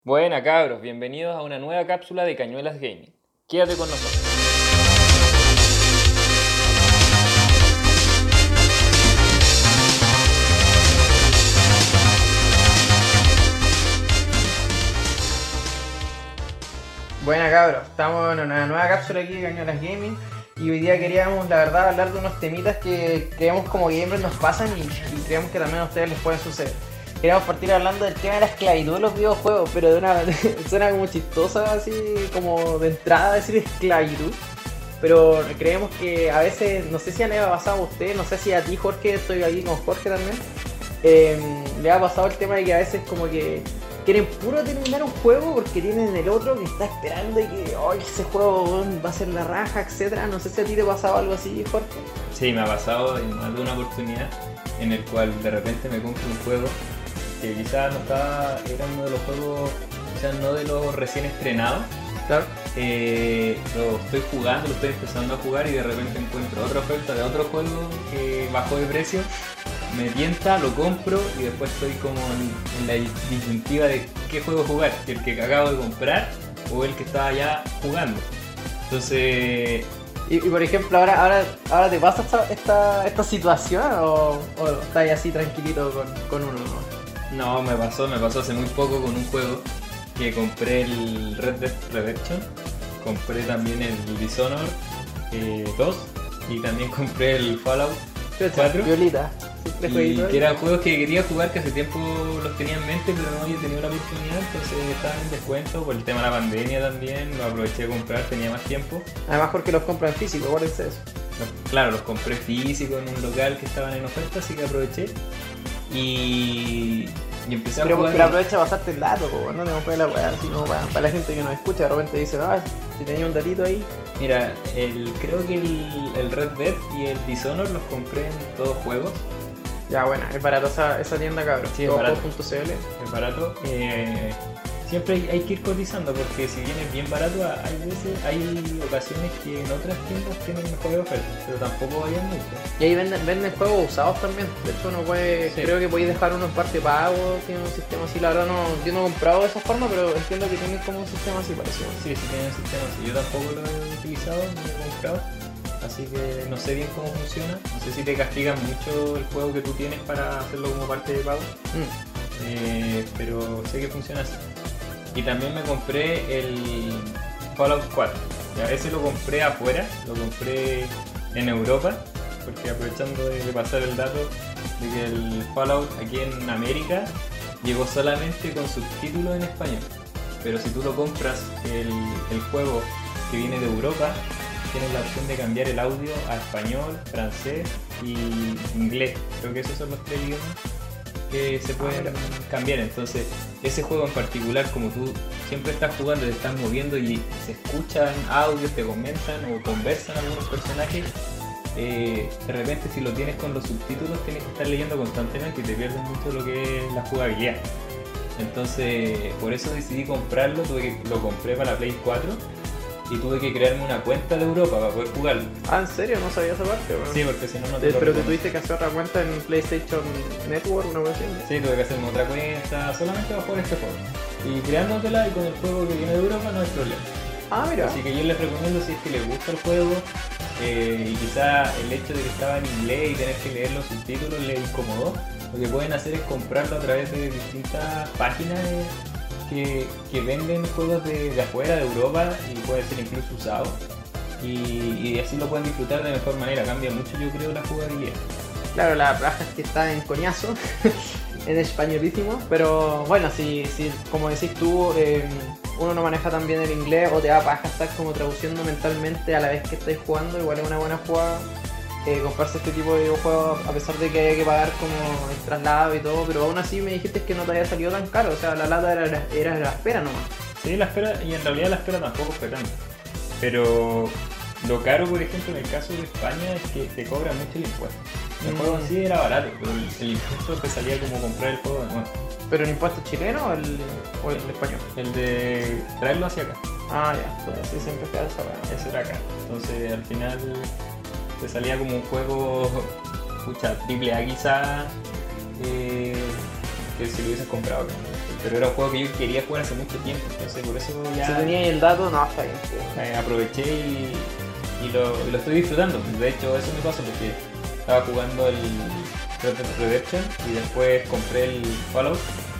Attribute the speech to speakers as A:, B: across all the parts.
A: Buena cabros, bienvenidos a una nueva cápsula de Cañuelas Gaming. Quédate con nosotros.
B: Buena cabros, estamos en una nueva cápsula aquí de Cañuelas Gaming y hoy día queríamos la verdad hablar de unos temitas que creemos como gamers nos pasan y creemos que también a ustedes les pueden suceder. Queríamos partir hablando del tema de la esclavitud de los videojuegos, pero de una suena como chistosa así como de entrada decir esclavitud. Pero creemos que a veces, no sé si le ha pasado a usted, no sé si a ti Jorge, estoy aquí con Jorge también, le ha pasado el tema de que a veces como que quieren puro terminar un juego porque tienen el otro que está esperando y que ese juego va a ser la raja, etcétera. No sé si a ti te pasaba algo así, Jorge.
A: Sí, me ha pasado en más de una oportunidad en el cual de repente me compro un juego que quizás no estaba, era uno de los juegos, quizás no de los recién estrenados.
B: Claro.
A: Lo estoy jugando, lo estoy empezando a jugar y de repente encuentro otra oferta de otro juego que bajó de precio, me tienta, lo compro y después estoy como en la disyuntiva de qué juego jugar, si el que acabo de comprar o el que estaba ya jugando. Entonces...
B: Y por ejemplo, ahora te pasa esta situación o estás así tranquilito con uno, ¿no?
A: No, me pasó hace muy poco con un juego que compré, el Red Dead Redemption, compré también el Dishonored 2 y también compré el Fallout 4.
B: Violita.
A: Y que eran juegos que quería jugar, que hace tiempo los tenía en mente, pero no había tenido la oportunidad, entonces estaban en descuento por el tema de la pandemia también, lo aproveché de comprar, tenía más tiempo.
B: Además porque los compran físico, acuérdense eso.
A: Claro, los compré físico en un local que estaban en oferta, así que aproveché y empecé a jugar.
B: Pero aprovecha a pasarte el dato, no te compré la weá, sino para la gente que nos escucha, de repente dice, si tenía un datito ahí.
A: Mira, creo que el Red Dead y el Dishonored los compré en todos juegos.
B: Ya, bueno, es barato esa tienda, cabrón.
A: Sí, es barato.
B: Es
A: barato. Siempre hay que ir cotizando porque si bien es bien barato, hay ocasiones que en otras tiendas tienen mejores ofertas, pero tampoco varían mucho.
B: Y ahí venden juegos usados también. De hecho, creo que podéis dejar uno en parte pago, tiene un sistema así. La verdad, yo no he comprado de esa forma, pero entiendo que tienen como un sistema así parecido.
A: Sí, tienen un sistema así. Yo tampoco lo he utilizado ni he comprado. Así que no sé bien cómo funciona. No sé si te castigan mucho el juego que tú tienes para hacerlo como parte de pago. Pero sé que funciona así. Y también me compré el Fallout 4. Ya, ese lo compré afuera, lo compré en Europa, porque aprovechando de pasar el dato de que el Fallout aquí en América llegó solamente con subtítulos en español. Pero si tú lo compras el juego que viene de Europa, tienes la opción de cambiar el audio a español, francés y inglés. Creo que esos son los 3 idiomas que se pueden cambiar. Entonces ese juego en particular, como tú siempre estás jugando, te estás moviendo y se escuchan audios, te comentan o conversan algunos personajes, de repente si lo tienes con los subtítulos tienes que estar leyendo constantemente y te pierdes mucho lo que es la jugabilidad. Entonces por eso decidí comprarlo, lo compré para la Play 4 y tuve que crearme una cuenta de Europa para poder jugarlo.
B: ¿En serio? No sabía esa parte, bro.
A: Sí, porque si no te lo
B: Pero te tuviste que hacer otra cuenta en PlayStation Network, una cosa así.
A: Sí, tuve que hacerme otra cuenta solamente para jugar este juego. Y creándotela y con el juego que viene de Europa no hay problema.
B: Mira.
A: Así que yo les recomiendo, si es que les gusta el juego y quizá el hecho de que estaba en inglés y tener que leer los subtítulos les incomodó, lo que pueden hacer es comprarlo a través de distintas páginas que venden juegos de afuera, de Europa, y puede ser incluso usado y así lo pueden disfrutar de mejor manera. Cambia mucho, yo creo, la jugabilidad.
B: Claro, la raja es que está en coñazo en españolísimo, pero bueno, si como decís tú, uno no maneja tan bien el inglés o te da paja estar como traduciendo mentalmente a la vez que estáis jugando, igual es una buena jugada comprarse este tipo de videojuegos a pesar de que haya que pagar como el traslado y todo, pero aún así me dijiste que no te había salido tan caro, o sea, la lata era la espera nomás.
A: Sí, la espera, y en realidad la espera tampoco fue tanto, pero lo caro, por ejemplo, en el caso de España es que te cobran mucho el impuesto. El juego en sí era barato, pero el impuesto te salía como comprar el juego de nuevo.
B: ¿Pero el impuesto chileno o el español?
A: El de traerlo hacia acá.
B: Ya, entonces sí, siempre queda esa weá.
A: Eso era acá. Entonces al final te salía como un juego, triple A quizá, que si lo hubieses comprado acá. pero era un juego que yo quería jugar hace mucho tiempo, entonces por eso ya
B: Si tenía ahí el dato, no, está bien.
A: aproveché y lo estoy disfrutando. De hecho, eso me pasó porque estaba jugando el Red Dead Redemption y después compré el Fallout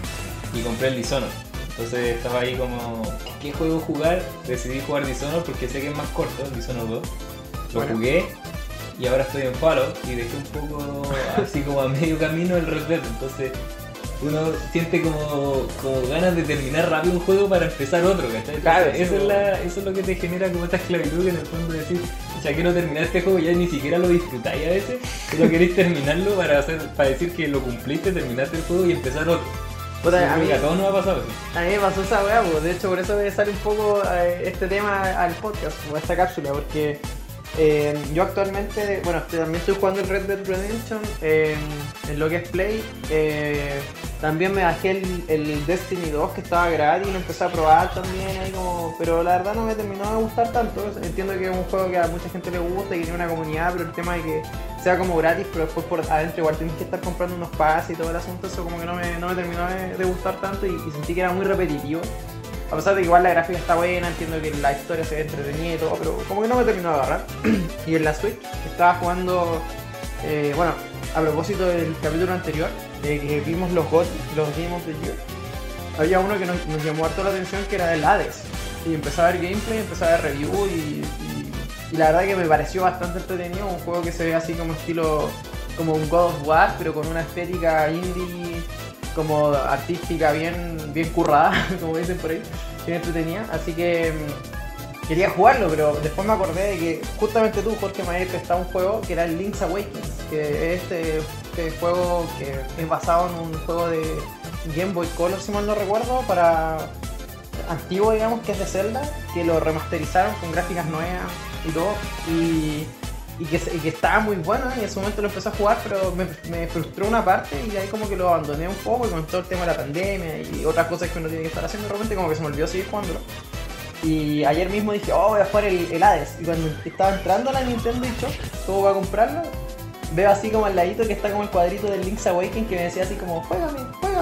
A: y compré el Dishonored. Entonces estaba ahí como, ¿qué juego jugar? Decidí jugar Dishonored porque sé que es más corto, el Dishonored 2. Lo jugué y ahora estoy en Fallout y dejé un poco así como a medio camino el Red Dead. Entonces uno siente como ganas de terminar rápido un juego para empezar otro, ¿cachai?
B: Claro,
A: eso es lo que te genera como esta esclavitud, que en el fondo decir, ya quiero terminar este juego, ya ni siquiera lo disfrutáis a veces, solo queréis terminarlo para decir que lo cumpliste, terminaste el juego y empezar otro.
B: Puta,
A: Sí,
B: a mí
A: todo nos ha pasado eso.
B: A mí me pasó esa weá, pues. De hecho por eso me sale un poco este tema al podcast, o a esta cápsula, porque yo actualmente, bueno, también estoy jugando el Red Dead Redemption en lo que es Play. También me bajé el Destiny 2 que estaba gratis y lo empecé a probar también ahí como, pero la verdad no me terminó de gustar tanto. Entiendo que es un juego que a mucha gente le gusta y que tiene una comunidad, pero el tema de que sea como gratis, pero después por adentro igual tienes que estar comprando unos pases y todo el asunto, eso como que no me terminó de gustar tanto y sentí que era muy repetitivo. A pesar de que igual la gráfica está buena, entiendo que la historia se ve entretenida y todo, pero como que no me terminó de agarrar. Y en la Switch estaba jugando, bueno, a propósito del capítulo anterior, de que vimos los GOTY, los Game of the Year, había uno que nos llamó harto la atención, que era el Hades. Y empecé a ver gameplay, empecé a ver review y la verdad que me pareció bastante entretenido, un juego que se ve así como estilo, como un God of War, pero con una estética indie, como artística bien currada, como dicen por ahí, bien entretenida, así que quería jugarlo, pero después me acordé de que justamente tú, Jorge, me habías prestado un juego que era el Link's Awakening, que es este juego que es basado en un juego de Game Boy Color, si mal no recuerdo, para antiguo, digamos, que es de Zelda, que lo remasterizaron con gráficas nuevas y todo, y que estaba muy bueno, y en ese momento lo empecé a jugar, pero me frustró una parte y de ahí como que lo abandoné un poco, y con todo el tema de la pandemia y otras cosas que uno tiene que estar haciendo, de repente como que se me olvidó seguir jugándolo. Y ayer mismo dije, oh, voy a jugar el Hades, y cuando estaba entrando a la Nintendo eShop, como para comprarlo, veo así como al ladito que está como el cuadrito del Link's Awakening que me decía así como, juégame.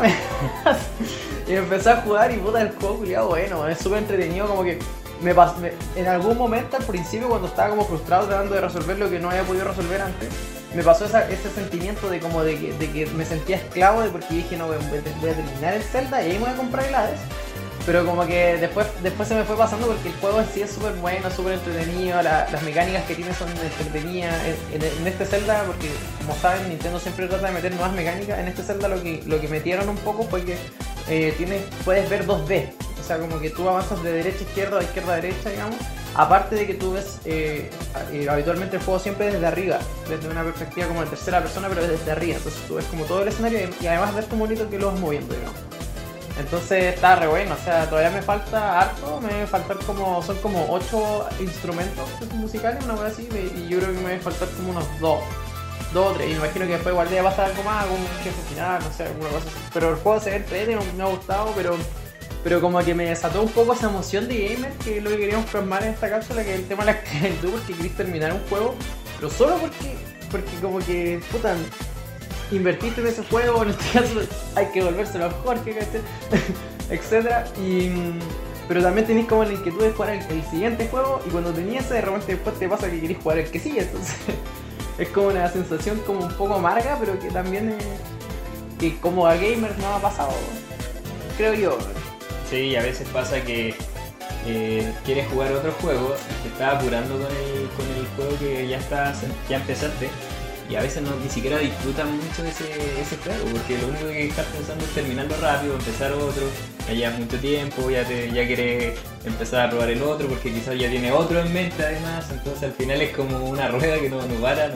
B: Y empecé a jugar y puta, el juego culiado bueno, es súper entretenido, como que en algún momento al principio, cuando estaba como frustrado tratando de resolver lo que no había podido resolver antes, me pasó ese sentimiento de como de que me sentía esclavo, de porque dije, no, voy a terminar el Zelda y ahí me voy a comprar el Hades. Pero como que después se me fue pasando, porque el juego en sí es súper bueno, súper entretenido, las mecánicas que tiene son entretenidas en este Zelda, porque como saben, Nintendo siempre trata de meter nuevas mecánicas. En este Zelda lo que metieron un poco fue que puedes ver 2D, o sea, como que tú avanzas de derecha a izquierda o izquierda a derecha, digamos. Aparte de que tú ves habitualmente el juego siempre desde arriba, desde una perspectiva como de tercera persona, pero desde arriba, entonces tú ves como todo el escenario y además ves tu monito que lo vas moviendo, digamos. Entonces está re bueno, o sea, todavía me falta harto, me debe faltar son como 8 instrumentos musicales, una cosa así, y yo creo que me debe faltar como unos 2 o 3, y me imagino que después igual debe pasar algo más, algún jefe final, no sé, alguna cosa así. Pero el juego se ve entretenido, me ha gustado, pero como que me desató un poco esa emoción de gamer, que es lo que queríamos plasmar en esta cápsula, que es el tema de la esclavitud, porque querés terminar un juego, pero solo porque como que, puta, invertiste en ese juego, en este caso hay que volvérselo a Jorge, etcétera, pero también tenés como la inquietud de jugar el siguiente juego, y cuando tenías ese, de repente después te pasa que querés jugar el que sigue, entonces es como una sensación como un poco amarga, pero que también que como a gamers no ha pasado, creo yo.
A: Sí, a veces pasa que quieres jugar otro juego, te estás apurando con el juego que ya empezaste, y a veces ni siquiera disfrutas mucho ese juego, porque lo único que estás pensando es terminarlo rápido, empezar otro, ya llevas mucho tiempo, ya quieres empezar a probar el otro, porque quizás ya tiene otro en mente además, entonces al final es como una rueda que no para.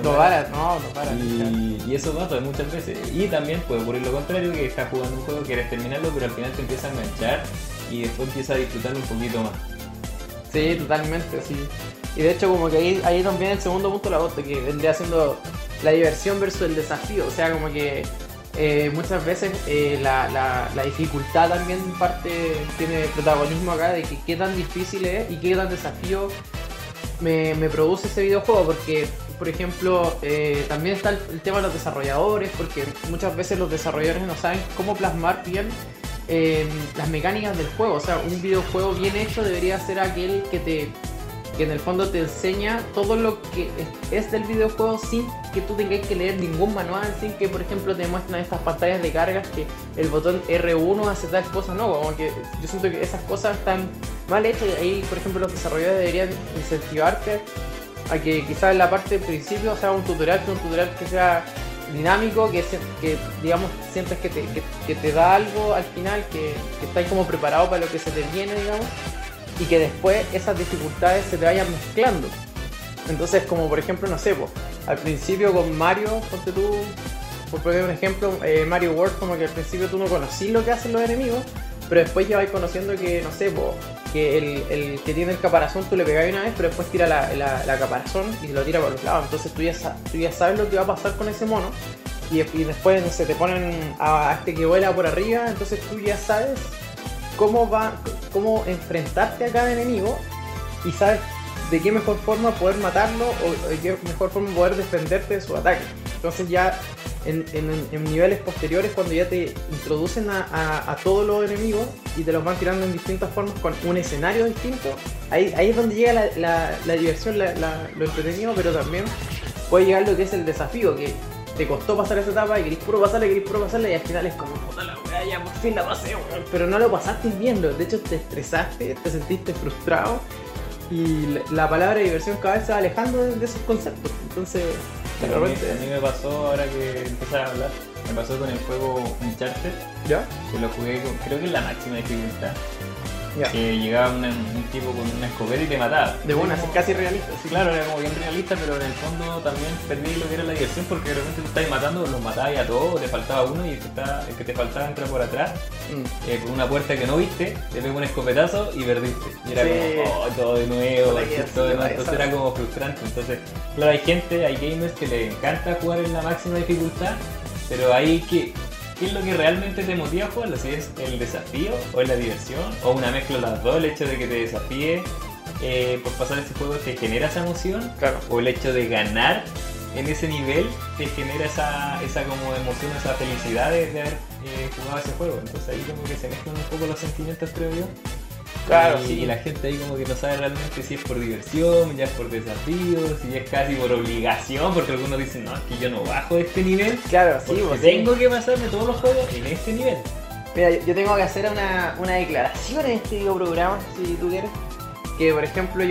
A: Y eso pasa muchas veces. Y también puede ocurrir lo contrario, que estás jugando un juego, quieres terminarlo, pero al final te empieza a enganchar y después empiezas a disfrutarlo un poquito más.
B: Sí, totalmente, sí. Y de hecho como que ahí también el segundo punto la otra, que vendría siendo la diversión versus el desafío, o sea, como que muchas veces la dificultad también tiene protagonismo acá, de que qué tan difícil es y qué tan desafío me produce ese videojuego, porque por ejemplo también está el tema de los desarrolladores, porque muchas veces los desarrolladores no saben cómo plasmar bien las mecánicas del juego. O sea, un videojuego bien hecho debería ser aquel que en el fondo te enseña todo lo que es del videojuego sin que tú tengas que leer ningún manual, sin que por ejemplo te muestren estas pantallas de cargas que el botón R1 hace tal cosa. No, como que yo siento que esas cosas están mal hechas y ahí por ejemplo los desarrolladores deberían incentivarte a que quizás en la parte del principio sea un tutorial que sea dinámico, que digamos sientes que te da algo al final, que estás como preparado para lo que se te viene, digamos, y que después esas dificultades se te vayan mezclando. Entonces, como por ejemplo, no sé, al principio con Mario, ponte tú, por poner un ejemplo, Mario World, como que al principio tú no conocís lo que hacen los enemigos, pero después ya vais conociendo que, no sé, que el que tiene el caparazón tú le pegas una vez, pero después tira la caparazón y lo tira por los lados. Entonces tú ya sabes lo que va a pasar con ese mono. Y después, no sé, te ponen a este que vuela por arriba, entonces tú ya sabes cómo enfrentarte a cada enemigo y sabes de qué mejor forma poder matarlo o de qué mejor forma poder defenderte de su ataque. Entonces ya en niveles posteriores, cuando ya te introducen a todos los enemigos y te los van tirando en distintas formas con un escenario distinto, ahí es donde llega la diversión, lo entretenido, pero también puede llegar lo que es el desafío, que te costó pasar esa etapa y querís puro pasarla y al final es como, puta la weá, ya por fin la pasé, weón. Pero no lo pasaste viendo, de hecho te estresaste, te sentiste frustrado y la palabra diversión cada vez se va alejando de esos conceptos. Entonces, de repente...
A: A mí me pasó, ahora que empecé a hablar, me pasó con el juego Uncharted,
B: ¿ya?
A: Que lo jugué creo que en la máxima dificultad.
B: Ya.
A: Que llegaba un tipo con una escopeta y te mataba.
B: De buena, así casi realista.
A: Sí, claro, era como bien realista, pero en el fondo también perdí lo que era la diversión porque de repente tú estabas matando, los matabas a todos, te faltaba uno y el que te faltaba entra por atrás, por una puerta que no viste, te pegó un escopetazo y perdiste. Y era como, todo de nuevo, entonces era como frustrante. Entonces, claro, hay gamers que les encanta jugar en la máxima dificultad, pero hay que... ¿Qué es lo que realmente te motiva a jugarlo? Si es el desafío o es la diversión o una mezcla de las dos, el hecho de que te desafíe por pasar ese juego te genera esa emoción,
B: claro,
A: o el hecho de ganar en ese nivel te genera esa como emoción, esa felicidad de haber jugado ese juego. Entonces ahí como que se mezclan un poco los sentimientos, creo yo.
B: Claro,
A: y,
B: sí.
A: Y la gente ahí como que no sabe realmente si es por diversión, ya es por desafío, si es casi por obligación, porque algunos dicen, no, es que yo no bajo de este nivel.
B: Claro, sí,
A: porque tengo que pasarme todos los juegos en este nivel.
B: Mira, yo tengo que hacer una declaración en este video programa, si tú quieres. Que por ejemplo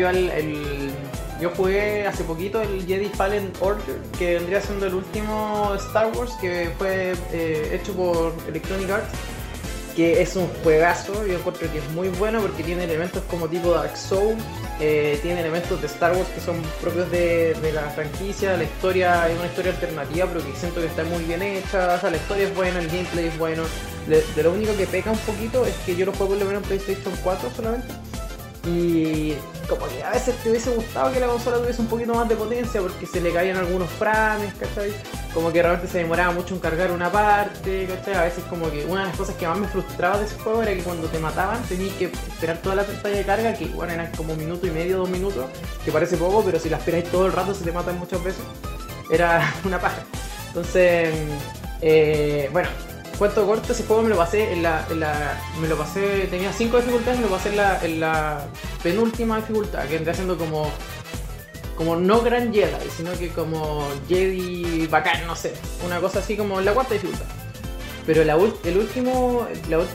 B: yo jugué hace poquito el Jedi Fallen Order, que vendría siendo el último Star Wars que fue hecho por Electronic Arts, que es un juegazo. Yo encuentro que es muy bueno porque tiene elementos como tipo Dark Souls, tiene elementos de Star Wars que son propios de la franquicia. La historia es una historia alternativa, pero que siento que está muy bien hecha. O sea, la historia es buena, el gameplay es bueno. De lo único que peca un poquito es que yo lo juego por lo menos en PlayStation 4 solamente. Y como que a veces te hubiese gustado que la consola tuviese un poquito más de potencia porque se le caían algunos frames, ¿cachai? Como que realmente se demoraba mucho en cargar una parte, ¿cachai? A veces como que una de las cosas que más me frustraba de ese juego era que cuando te mataban tenías que esperar toda la pantalla de carga, que bueno, eran como 1 minuto y medio, 2 minutos, que parece poco, pero si la esperáis todo el rato se te matan muchas veces. Era una paja. Entonces, bueno, cuento corto, ese juego me lo pasé tenía 5 dificultades, me lo pasé en la penúltima dificultad, que vendría siendo como no Gran Jedi, sino que como Jedi bacán, no sé, una cosa así como en la 4ª dificultad. Pero el último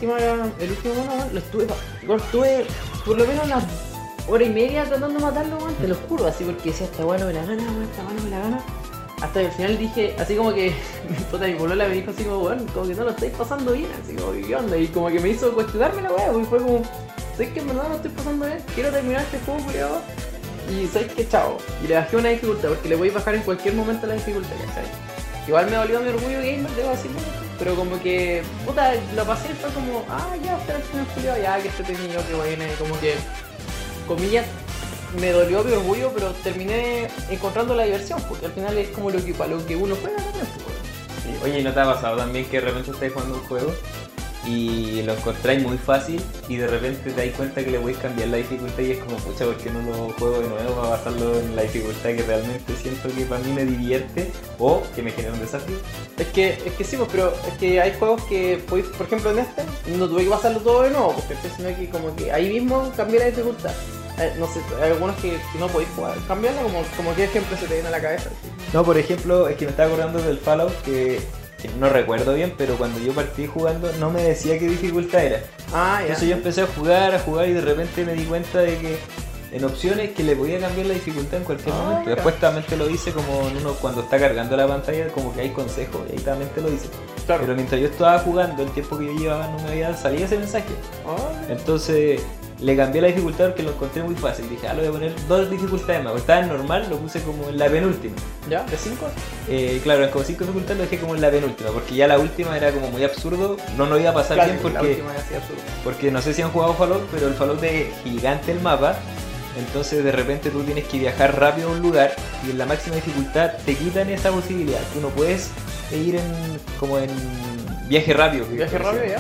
B: mono lo estuve por lo menos una hora y media tratando de matarlo, man, te lo juro, así porque decía, esta bueno me la gana, esta bueno me la gana. Hasta que al final dije, así como que mi polola me dijo así como, bueno, como que no lo estáis pasando bien, así como, ¿qué onda? Y como que me hizo cuestionarme la weá, porque fue como, ¿sabes que en verdad no estoy pasando bien? Quiero terminar este juego, culiado. Y ¿sabes qué? Chao. Y le bajé una dificultad, porque le voy a bajar en cualquier momento la dificultad, ¿cachai? Igual me dolió mi orgullo gamer, debo decirlo, pero como que, puta, lo pasé y fue como, ya, espera, que me culiado, ya, que entretenido, que bueno, y como que, comillas, me dolió mi orgullo, pero terminé encontrando la diversión, porque al final es como lo que uno juega también.
A: Sí. Oye, ¿y no te ha pasado también que de repente estás jugando un juego y lo encontráis muy fácil y de repente te das cuenta que le podéis cambiar la dificultad y es como, pucha, ¿por qué no lo juego de nuevo para basarlo en la dificultad que realmente siento que para mí me divierte o que me genera un desafío?
B: Es que sí, pues, pero es que hay juegos que, por ejemplo en este, no tuve que pasarlo todo de nuevo, porque sino que como que ahí mismo cambié la dificultad. No sé, hay algunos que no podéis jugar, cambiarla como que ejemplo se te viene a la cabeza. ¿Sí?
A: No, por ejemplo, es que me estaba acordando del Fallout que no recuerdo bien, pero cuando yo partí jugando no me decía qué dificultad era.
B: Ah, ya.
A: Entonces yo empecé a jugar y de repente me di cuenta de que en opciones que le podía cambiar la dificultad en cualquier momento.
B: Mira.
A: Después también te lo dice como en uno cuando está cargando la pantalla, como que hay consejos y ahí también te lo dice.
B: Claro.
A: Pero mientras yo estaba jugando, el tiempo que yo llevaba no me había salido ese mensaje. Entonces le cambié la dificultad porque lo encontré muy fácil. Dije, lo voy a poner 2 dificultades más. Estaba en normal, lo puse como en la penúltima.
B: ¿Ya? ¿De 5?
A: Claro, en como 5 dificultades lo dejé como en la penúltima, porque ya la última era como muy absurdo, no lo iba a pasar
B: Claro,
A: bien
B: la
A: porque,
B: última ya hacía absurdo.
A: porque no sé si han jugado Fallout, pero el Fallout es gigante el mapa, entonces de repente tú tienes que viajar rápido a un lugar y en la máxima dificultad te quitan esa posibilidad. Tú no puedes ir como en viaje rápido.
B: Viaje rápido ya.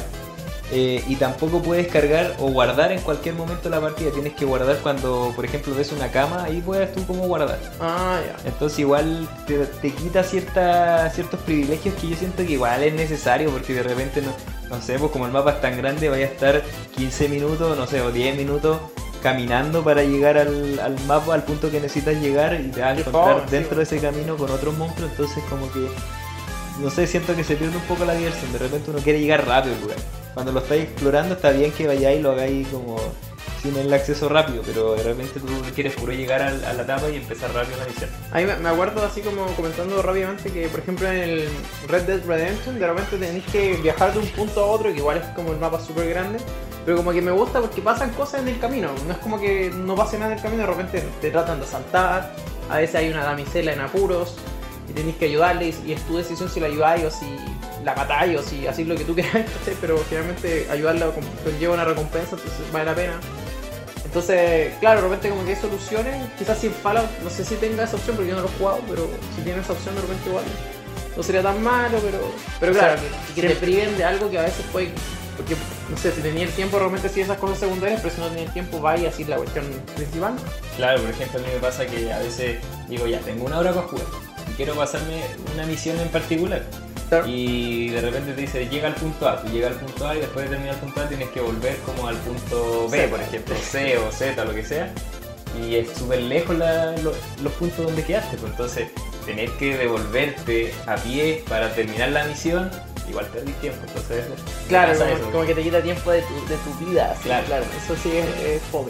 A: Y tampoco puedes cargar o guardar en cualquier momento la partida. Tienes que guardar cuando, por ejemplo, ves una cama, ahí puedes tú como guardar.
B: Ah, ya.
A: Entonces igual te quita ciertos privilegios que yo siento que igual es necesario, porque de repente, no sé, pues como el mapa es tan grande, vaya a estar 15 minutos, no sé, o 10 minutos caminando para llegar al mapa, al punto que necesitas llegar, y te vas a encontrar dentro de ese camino con otros monstruos. Entonces como que, no sé, siento que se pierde un poco la diversión. De repente uno quiere llegar rápido al lugar. Cuando lo estáis explorando está bien que vayáis y lo hagáis como sin el acceso rápido, pero de repente tú quieres puro llegar a la etapa y empezar rápido la misión.
B: A mí me acuerdo así como comentando rápidamente que por ejemplo en el Red Dead Redemption de repente tenéis que viajar de un punto a otro, que igual es como el mapa súper grande, pero como que me gusta porque pasan cosas en el camino, no es como que no pase nada en el camino, de repente te tratan de asaltar, a veces hay una damisela en apuros y tenéis que ayudarle y es tu decisión si la ayudáis o si la matáis o si hacéis lo que tú queráis, pero finalmente ayudarla conlleva una recompensa, entonces vale la pena. Entonces, claro, de repente como que hay soluciones, quizás sin Fallout, no sé si tenga esa opción porque yo no lo he jugado, pero si tiene esa opción de repente igual no sería tan malo, pero claro,
A: o sea,
B: que te priven de algo que a veces puede, porque no sé, si tenía el tiempo realmente sí esas cosas secundarias, pero si no tenía el tiempo va y así la cuestión principal.
A: Claro, por ejemplo a mí me pasa que a veces digo, ya tengo 1 hora para jugar y quiero pasarme una misión en particular.
B: Claro.
A: Y de repente te dice, llega al punto A, tú llegas al punto A y después de terminar el punto A tienes que volver como al punto B, por ejemplo, C o Z, lo que sea. Y es súper lejos los puntos donde quedaste, pues entonces tener que devolverte a pie para terminar la misión, igual perdís tiempo, entonces
B: claro,
A: eso.
B: como que te quita tiempo de tu vida, sí,
A: claro.
B: Eso sí es fome.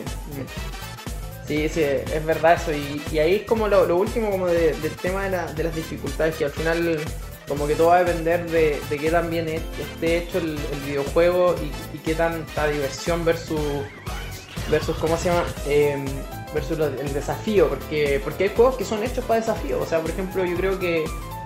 B: Sí, es verdad eso, y ahí es como lo último como del tema de las dificultades, que al final como que todo va a depender de qué tan bien esté hecho el videojuego y qué tanta diversión versus ¿cómo se llama? Versus el desafío, porque hay juegos que son hechos para desafío. O sea, por ejemplo, yo creo que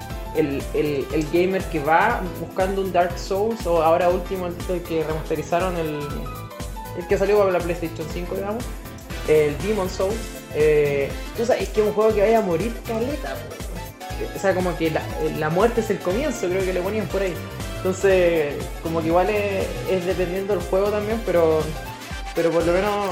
B: el gamer que va buscando un Dark Souls, o ahora último el que remasterizaron, el que salió para la PlayStation 5, digamos, el Demon's Souls, tú sabes que es un juego que vaya a morir caleta, o sea, como que la muerte es el comienzo, creo que le ponían por ahí. Entonces, como que igual es dependiendo del juego también, pero por lo menos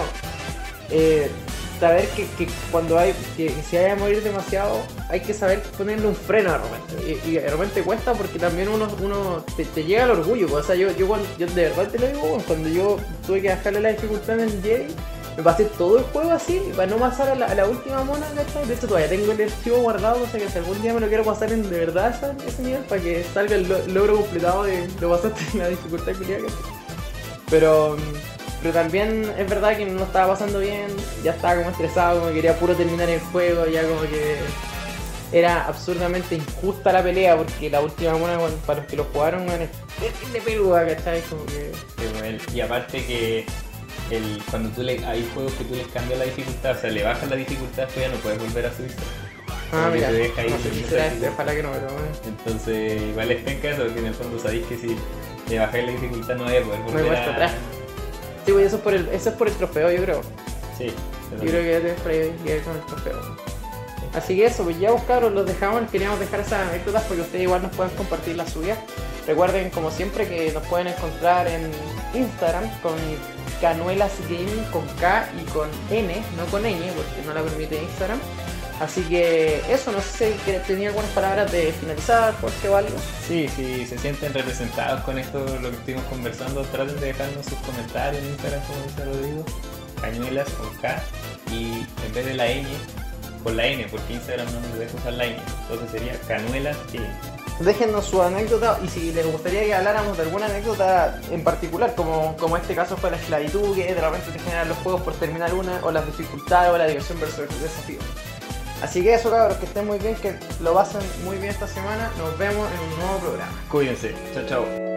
B: saber que cuando que si hay a morir demasiado, hay que saber ponerle un freno de repente. Y de repente cuesta porque también uno te llega el orgullo. O sea, yo de verdad te lo digo, cuando yo tuve que bajarle la dificultad en el Jedi, me pasé todo el juego así para no pasar a la última mona, ¿cachai? De hecho todavía tengo el archivo guardado, o sea que si algún día me lo quiero pasar de verdad ese nivel, para que salga el logro completado de lo pasaste en la dificultad que ¿cachai? Pero también es verdad que no lo estaba pasando bien, ya estaba como estresado, como que quería puro terminar el juego, ya como que era absurdamente injusta la pelea, porque la última mona, para los que lo jugaron, es de peluda, ¿cachai? Como que...
A: Y aparte que cuando hay juegos que tú les cambias la dificultad, o sea, le bajas la dificultad, pues ya no puedes volver a subirse.
B: Mira,
A: te deja ahí,
B: no sé si será ojalá que no, pero bueno.
A: Entonces igual es penca eso, porque en el fondo sabéis que si le bajáis la dificultad no vais a poder volver
B: a... atrás. Sí, pues eso es por el trofeo, yo creo.
A: Sí.
B: Yo creo que debes por ahí con el trofeo. Así que eso, pues ya cabros, los dejamos, les queríamos dejar esas anécdotas porque ustedes igual nos pueden compartir las suyas. Recuerden, como siempre, que nos pueden encontrar en Instagram con Canuelas Gaming con K y con N, no con ñ, porque no la permite Instagram. Así que eso, no sé si tenía algunas palabras de finalizar, Jorge o algo.
A: Sí, si se sienten representados con esto, lo que estuvimos conversando, traten de dejarnos sus comentarios en Instagram, como dice Rodrigo, Cañuelas con K y en vez de la ñ, con la N, porque Instagram no nos deja usar la ñ, entonces sería Canuelas Gaming.
B: Déjennos su anécdota y si les gustaría que habláramos de alguna anécdota en particular, como este caso fue la esclavitud, que de repente te generan los juegos por terminar una, o las dificultades, o la diversión versus el desafío. Así que eso, cabros, que estén muy bien, que lo pasen muy bien esta semana. Nos vemos en un nuevo programa.
A: Cuídense, chao chao.